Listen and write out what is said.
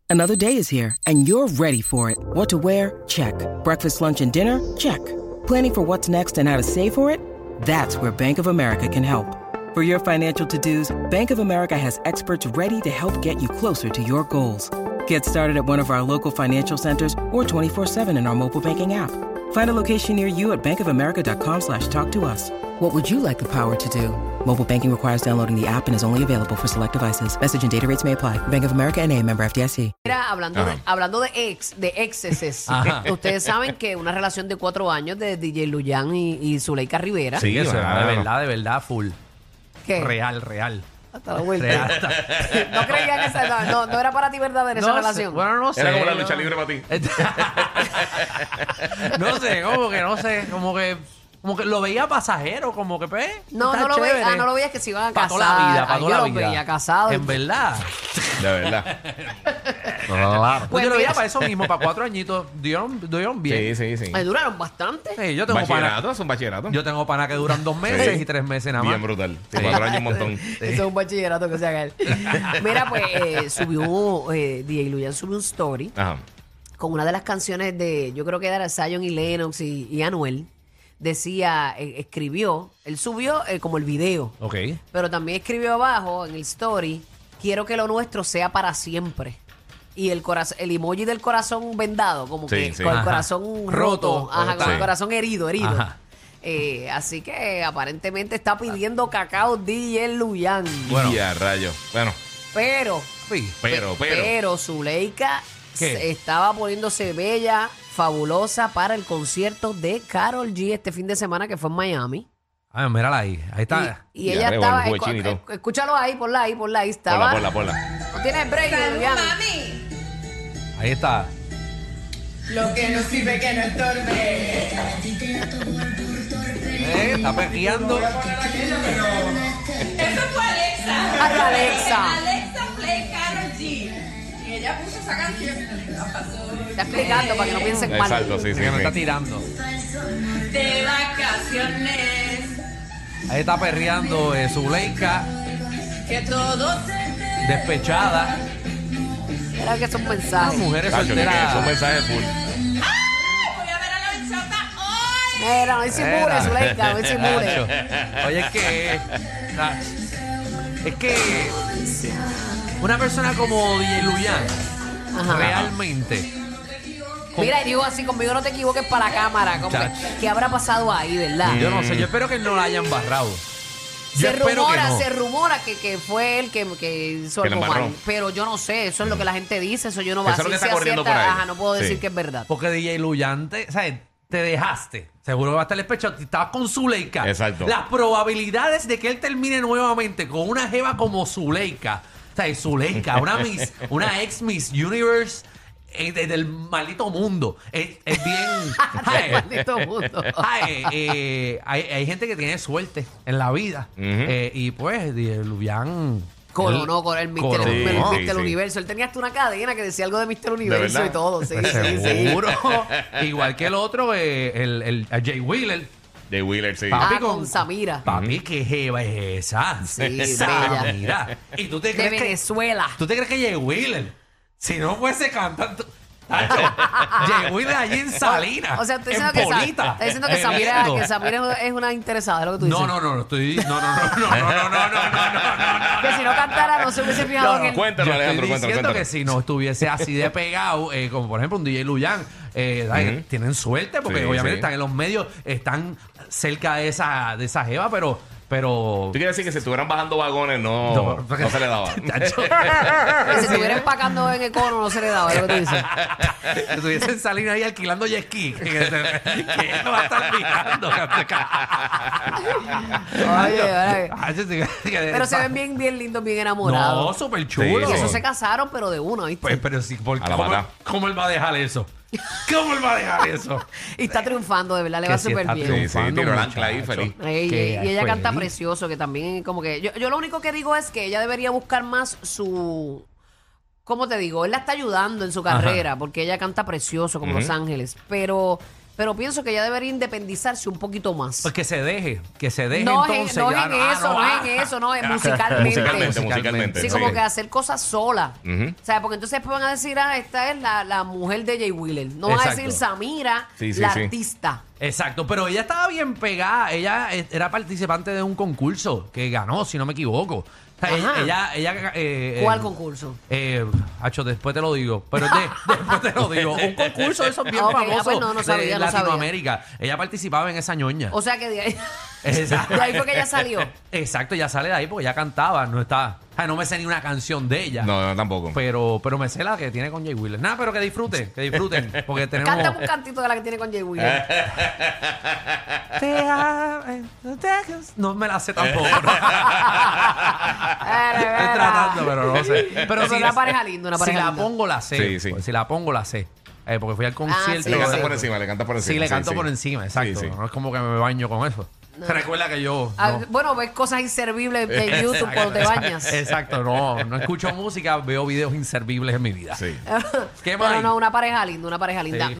Another day is here, and you're ready for it. What to wear? Check. Breakfast, lunch, and dinner? Check. Planning for what's next and how to save for it? That's where Bank of America can help. For your financial to-dos, Bank of America has experts ready to help get you closer to your goals. Get started at one of our local financial centers or 24/7 in our mobile banking app. Find a location near you at bankofamerica.com/talktous. What would you like the power to do? Mobile banking requires downloading the app and is only available for select devices. Message and data rates may apply. Bank of America N.A., member FDIC. Mira, hablando de exes, ustedes saben que una relación de 4 años de DJ Luyan y Zuleika Rivera. Sí, eso de verdad, full. ¿Qué? Real. Hasta la vuelta. No creían esa, no era para ti verdadera esa relación. Bueno, no sé. Era como la lucha libre para ti. No sé, como que lo veía pasajero, como que pues. No lo veías que se iban a casar. Para toda la vida, para toda la vida. Yo los veía casados. En verdad. De verdad. Claro. Pues yo lo veía mira, para eso mismo, para 4 añitos. Duraron bien. Sí. Duraron bastante. Sí, yo tengo Bachillerato, es un bachillerato. Yo tengo panas que duran 2 meses y 3 meses nada más. Bien brutal. Sí, 4 años un montón. Eso es un bachillerato que se haga él. Mira, pues DJ Luyan subió un story Ajá. con una de las canciones de, yo creo que era Zion y Lennox y Anuel. Decía, escribió, él subió como el video. Ok. Pero también escribió abajo en el story, quiero que lo nuestro sea para siempre. Y el emoji del corazón vendado, como que con el corazón roto, con el corazón herido. Ajá. Así que aparentemente está pidiendo cacao DJ Luyan. Bueno. Y a rayo. Bueno. Pero Zuleika estaba poniéndose bella, fabulosa para el concierto de Karol G este fin de semana que fue en Miami. Ay, mírala ahí está. Y ella estaba, escúchalo ahí, ponla ahí, estaba. Ponla. No tienes break, Luyan. Ahí está. Lo que no sirve que no estorbe. Está perreando. Eso fue Alexa. Ay, Alexa. Alexa play Karol G. Y ella puso esa canción. Está explicando para que no piensen mal. Exacto, sí. Que me está tirando. De vacaciones. Ahí está perreando Zuleika, Que todos despechada. Era que son Las mensajes. mujeres Cacho, que solteras. es un mensaje full. voy a ver a la bichota hoy. Mira, no disimule, Zuleika, no disimule. Oye, es que una persona como DJ Luyan realmente. Mira, y digo así, conmigo no te equivoques para la cámara. Como Chacho. ¿qué habrá pasado ahí, verdad? Yo no sé, yo espero que no la hayan barrado. Se rumora que fue él que hizo Que la algo embarró. mal. Pero yo no sé, eso es lo que la gente dice, eso yo no Eso es lo que está corriendo por ahí. no puedo decir Sí. que es verdad. Porque DJ Luyan, ¿sabes? Te dejaste. Seguro que va a estar despechado. Estabas con Zuleika. Exacto. Las probabilidades de que él termine nuevamente con una jeva como Zuleika. O sea, Zuleika, una ex Miss Universe del maldito mundo. Es bien. Maldito mundo. Hay gente que tiene suerte en la vida. Y pues, DJ Luyan. Coronó con el Mister Sí. Universo. Él tenía hasta una cadena que decía algo de Mister Universo verdad? y todo. Sí, Pues sí. seguro. Igual que el otro, el Jay Wheeler. De Wheeler, sí. Papi, Con Samira. Papi, ¿qué jeva es esa? Sí, bella. Samira. ¿Y tú te De crees que Venezuela. tú te crees que Jay Wheeler, si no fuese cantante, Jay Wheeler allí en Salinas, O sea, estoy en diciendo Polita, está diciendo que bebiendo. Samira es una interesada, es lo que tú dices. No, estoy no. Que si no cantara no se hubiese fijado en él. Cuéntalo, Yo Alejandro, estoy diciendo cuéntalo. que si no estuviese así de pegado, como por ejemplo un DJ Luyan, tienen suerte porque Sí, obviamente sí. están en los medios, están cerca de esa jeva, pero ¿Tú quieres decir que si estuvieran bajando vagones no se le daba? Tacho, Que si estuviera empacando en Econo no se le daba, es lo que tú dices. que estuviesen saliendo ahí alquilando jet ski. Que él no va a estar mirando. Pero se ven bien lindos, bien enamorados. No, súper chulo. Y eso se casaron, pero de uno, ¿viste? Pues, pero sí, A la mala. ¿cómo él va a dejar eso? ¿Cómo él va a dejar eso? Y está triunfando, de verdad, le va Que sí súper está bien. Sí, triunfando, tiró el ancla ahí, muchacho. feliz. Y Que ella canta feliz. precioso, que también como que... Yo lo único que digo es que ella debería buscar más su... ¿Cómo te digo? Él la está ayudando en su carrera, porque ella canta precioso como Los Ángeles, pero pero pienso que ella debería independizarse un poquito más. Pues que se deje No entonces. no es ya, en eso, no es musicalmente. Musicalmente. Sí, está como bien. que hacer cosas sola. Ujú. O sea, porque entonces después van a decir, esta es la mujer de Jay Wheeler. No van a Exacto. decir Samira, Sí, sí, la sí. artista. Exacto, pero ella estaba bien pegada. Ella era participante de un concurso que ganó, si no me equivoco. O sea, Ajá. ella ¿Cuál concurso? Hacho, después te lo digo. Pero después te lo digo. Un concurso de esos bien Ok, famosos pues no sabía, de no sabía. Latinoamérica. Ella participaba en esa ñoña. O sea que de ahí, Exacto. de ahí fue que ella salió. Exacto, ya sale de ahí porque ya cantaba. No está. O sea, no me sé ni una canción de ella. No, tampoco. Pero me sé la que tiene con Jay Wheeler. Nada, pero que disfruten. Porque tenemos. Cántame un cantito de la que tiene con Jay Wheeler. No me la sé tampoco. Estoy Estoy tratando, pero no sé. Pero Es una pareja linda, una pareja si la linda. pongo, la sé. Sí, sí. Pues si la pongo, la sé. Porque fui al concierto. sí, Le sí. cantas por encima, le cantas por encima. Sí, le canto por encima, exacto. Sí, sí. No es como que me baño con eso. Se recuerda que yo. No. Bueno, ves cosas inservibles de YouTube cuando te bañas. Exacto, no escucho música, veo videos inservibles en mi vida. Sí. ¿Qué más Pero hay? no, una pareja linda, una pareja linda. Sí.